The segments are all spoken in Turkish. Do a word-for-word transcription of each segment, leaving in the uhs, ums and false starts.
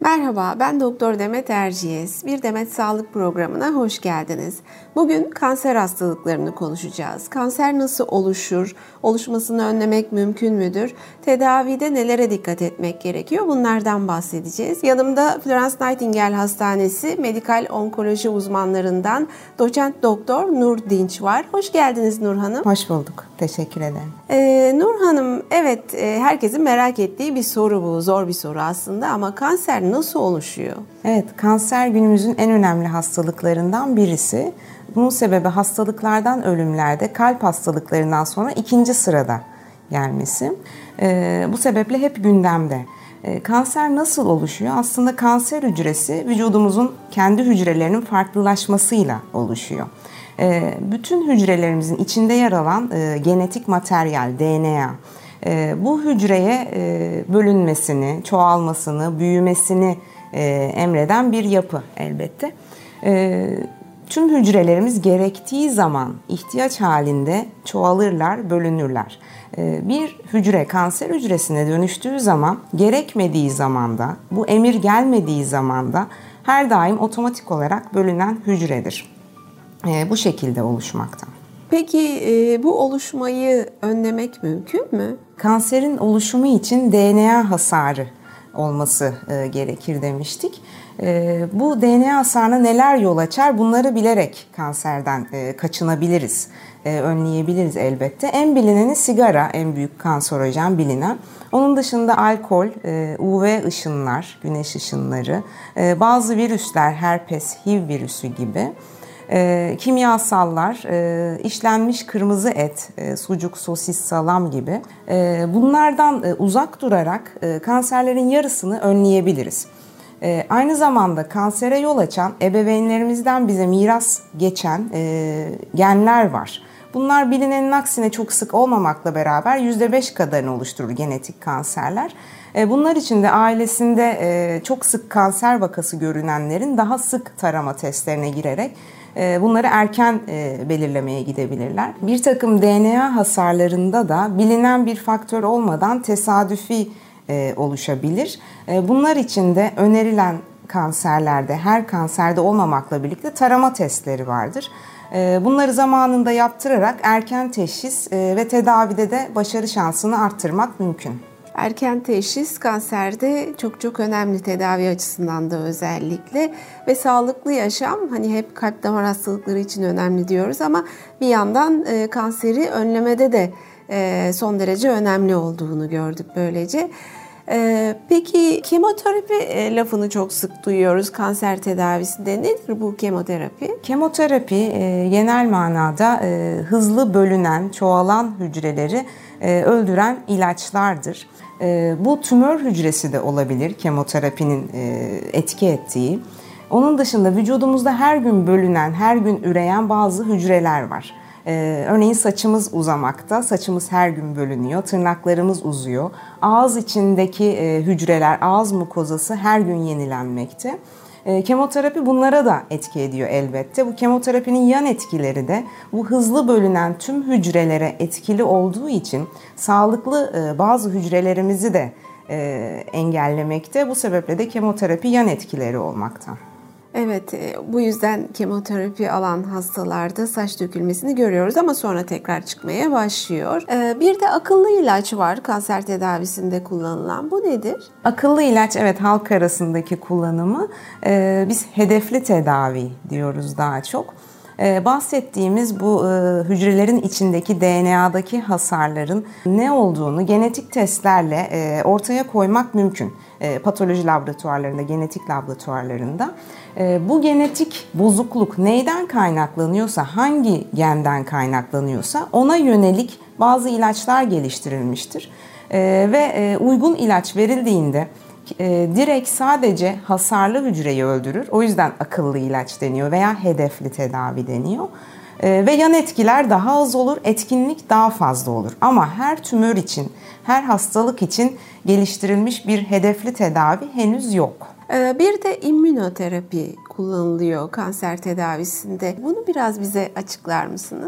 Merhaba, ben Doktor Demet Erciyes. Bir Demet Sağlık programına hoş geldiniz. Bugün kanser hastalıklarını konuşacağız. Kanser nasıl oluşur? Oluşmasını önlemek mümkün müdür? Tedavide nelere dikkat etmek gerekiyor? Bunlardan bahsedeceğiz. Yanımda Florence Nightingale Hastanesi Medikal Onkoloji uzmanlarından Doçent Doktor Nur Dinç var. Hoş geldiniz Nur Hanım. Hoş bulduk. Teşekkür ederim. Ee, Nur Hanım, evet e, herkesin merak ettiği bir soru bu. Zor bir soru aslında ama kanser nasıl oluşuyor? Evet, kanser günümüzün en önemli hastalıklarından birisi. Bunun sebebi hastalıklardan ölümlerde kalp hastalıklarından sonra ikinci sırada gelmesi. Ee, bu sebeple hep gündemde. Ee, kanser nasıl oluşuyor? Aslında kanser hücresi vücudumuzun kendi hücrelerinin farklılaşmasıyla oluşuyor. Ee, bütün hücrelerimizin içinde yer alan e, genetik materyal, D N A, e, bu hücreye e, bölünmesini, çoğalmasını, büyümesini e, emreden bir yapı elbette. E, tüm hücrelerimiz gerektiği zaman ihtiyaç halinde çoğalırlar, bölünürler. E, bir hücre kanser hücresine dönüştüğü zaman, gerekmediği zamanda, bu emir gelmediği zamanda her daim otomatik olarak bölünen hücredir. E, bu şekilde oluşmakta. Peki e, bu oluşmayı önlemek mümkün mü? Kanserin oluşumu için D N A hasarı olması e, gerekir demiştik. E, bu D N A hasarına neler yol açar? Bunları bilerek kanserden e, kaçınabiliriz, e, önleyebiliriz elbette. En bilineni sigara, en büyük kanserojen bilinen. Onun dışında alkol, e, U V ışınlar, güneş ışınları, e, bazı virüsler, herpes, H I V virüsü gibi. E, kimyasallar, e, işlenmiş kırmızı et, e, sucuk, sosis, salam gibi e, bunlardan e, uzak durarak e, kanserlerin yarısını önleyebiliriz. E, aynı zamanda kansere yol açan ebeveynlerimizden bize miras geçen e, genler var. Bunlar bilinenin aksine çok sık olmamakla beraber yüzde beş kadarını oluşturur genetik kanserler. Bunlar için de ailesinde çok sık kanser vakası görünenlerin daha sık tarama testlerine girerek bunları erken belirlemeye gidebilirler. Bir takım D N A hasarlarında da bilinen bir faktör olmadan tesadüfi oluşabilir. Bunlar için de önerilen kanserlerde, her kanserde olmamakla birlikte tarama testleri vardır. Bunları zamanında yaptırarak erken teşhis ve tedavide de başarı şansını arttırmak mümkün. Erken teşhis kanserde çok çok önemli, tedavi açısından da özellikle ve sağlıklı yaşam, hani hep kalp damar hastalıkları için önemli diyoruz ama bir yandan e, kanseri önlemede de e, son derece önemli olduğunu gördük böylece. E, peki kemoterapi e, lafını çok sık duyuyoruz kanser tedavisinde. Nedir bu kemoterapi? Kemoterapi e, genel manada e, hızlı bölünen, çoğalan hücreleri e, öldüren ilaçlardır. E, bu tümör hücresi de olabilir kemoterapinin e, etki ettiği. Onun dışında vücudumuzda her gün bölünen, her gün üreyen bazı hücreler var. Ee, örneğin saçımız uzamakta, saçımız her gün bölünüyor, tırnaklarımız uzuyor. Ağız içindeki e, hücreler, ağız mukozası her gün yenilenmekte. E, kemoterapi bunlara da etki ediyor elbette. Bu kemoterapinin yan etkileri de bu hızlı bölünen tüm hücrelere etkili olduğu için sağlıklı e, bazı hücrelerimizi de e, engellemekte. Bu sebeple de kemoterapi yan etkileri olmakta. Evet, bu yüzden kemoterapi alan hastalarda saç dökülmesini görüyoruz ama sonra tekrar çıkmaya başlıyor. Bir de akıllı ilaç var kanser tedavisinde kullanılan. Bu nedir? Akıllı ilaç, evet, halk arasındaki kullanımı biz hedefli tedavi diyoruz daha çok. Bahsettiğimiz bu hücrelerin içindeki D N A'daki hasarların ne olduğunu genetik testlerle ortaya koymak mümkün. Patoloji laboratuvarlarında, genetik laboratuvarlarında. Bu genetik bozukluk neyden kaynaklanıyorsa, hangi genden kaynaklanıyorsa ona yönelik bazı ilaçlar geliştirilmiştir. Ve uygun ilaç verildiğinde direkt sadece hasarlı hücreyi öldürür. O yüzden akıllı ilaç deniyor veya hedefli tedavi deniyor. Ve yan etkiler daha az olur, etkinlik daha fazla olur. Ama her tümör için, her hastalık için geliştirilmiş bir hedefli tedavi henüz yok. Bir de immünoterapi kullanılıyor kanser tedavisinde. Bunu biraz bize açıklar mısınız?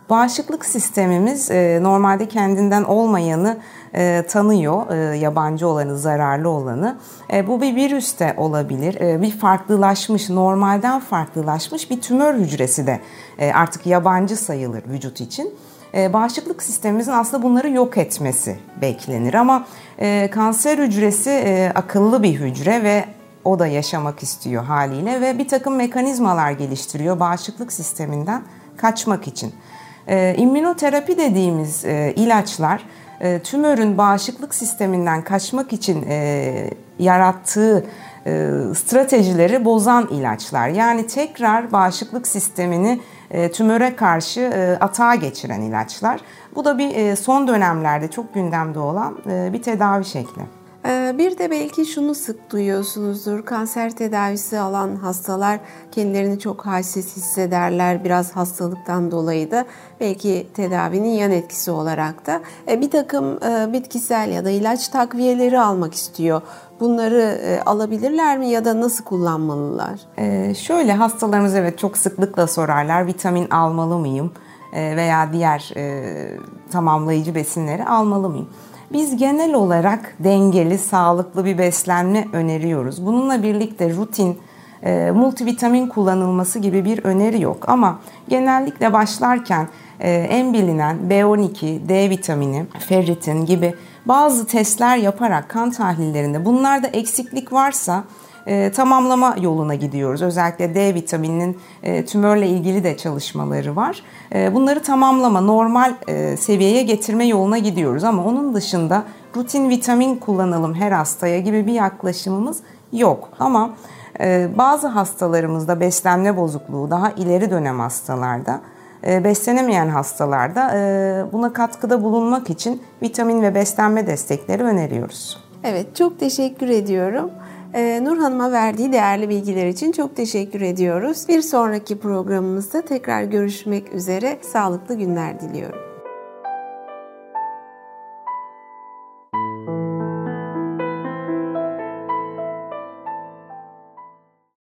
Bağışıklık sistemimiz e, normalde kendinden olmayanı e, tanıyor, e, yabancı olanı, zararlı olanı. E, bu bir virüs de olabilir, e, bir farklılaşmış, normalden farklılaşmış bir tümör hücresi de e, artık yabancı sayılır vücut için. E, bağışıklık sistemimizin aslında bunları yok etmesi beklenir ama e, kanser hücresi e, akıllı bir hücre ve o da yaşamak istiyor haliyle ve bir takım mekanizmalar geliştiriyor bağışıklık sisteminden kaçmak için. E, immünoterapi dediğimiz e, ilaçlar e, tümörün bağışıklık sisteminden kaçmak için e, yarattığı e, stratejileri bozan ilaçlar. Yani tekrar bağışıklık sistemini e, tümöre karşı e, atağa geçiren ilaçlar. Bu da bir e, son dönemlerde çok gündemde olan e, bir tedavi şekli. Bir de belki şunu sık duyuyorsunuzdur. Kanser tedavisi alan hastalar kendilerini çok halsiz hissederler. Biraz hastalıktan dolayı da belki tedavinin yan etkisi olarak da bir takım bitkisel ya da ilaç takviyeleri almak istiyor. Bunları alabilirler mi ya da nasıl kullanmalılar? Ee, şöyle hastalarımız evet çok sıklıkla sorarlar. Vitamin almalı mıyım? Veya diğer e, tamamlayıcı besinleri almalı mıyım? Biz genel olarak dengeli, sağlıklı bir beslenme öneriyoruz. Bununla birlikte rutin, e, multivitamin kullanılması gibi bir öneri yok. Ama genellikle başlarken e, en bilinen B on iki, D vitamini, ferritin gibi bazı testler yaparak kan tahlillerinde bunlarda eksiklik varsa E, tamamlama yoluna gidiyoruz. Özellikle D vitamininin e, tümörle ilgili de çalışmaları var. E, bunları tamamlama, normal e, seviyeye getirme yoluna gidiyoruz. Ama onun dışında rutin vitamin kullanalım her hastaya gibi bir yaklaşımımız yok. Ama e, bazı hastalarımızda beslenme bozukluğu, daha ileri dönem hastalarda, e, beslenemeyen hastalarda e, buna katkıda bulunmak için vitamin ve beslenme destekleri öneriyoruz. Evet, çok teşekkür ediyorum. Nur Hanım'a verdiği değerli bilgiler için çok teşekkür ediyoruz. Bir sonraki programımızda tekrar görüşmek üzere. Sağlıklı günler diliyorum.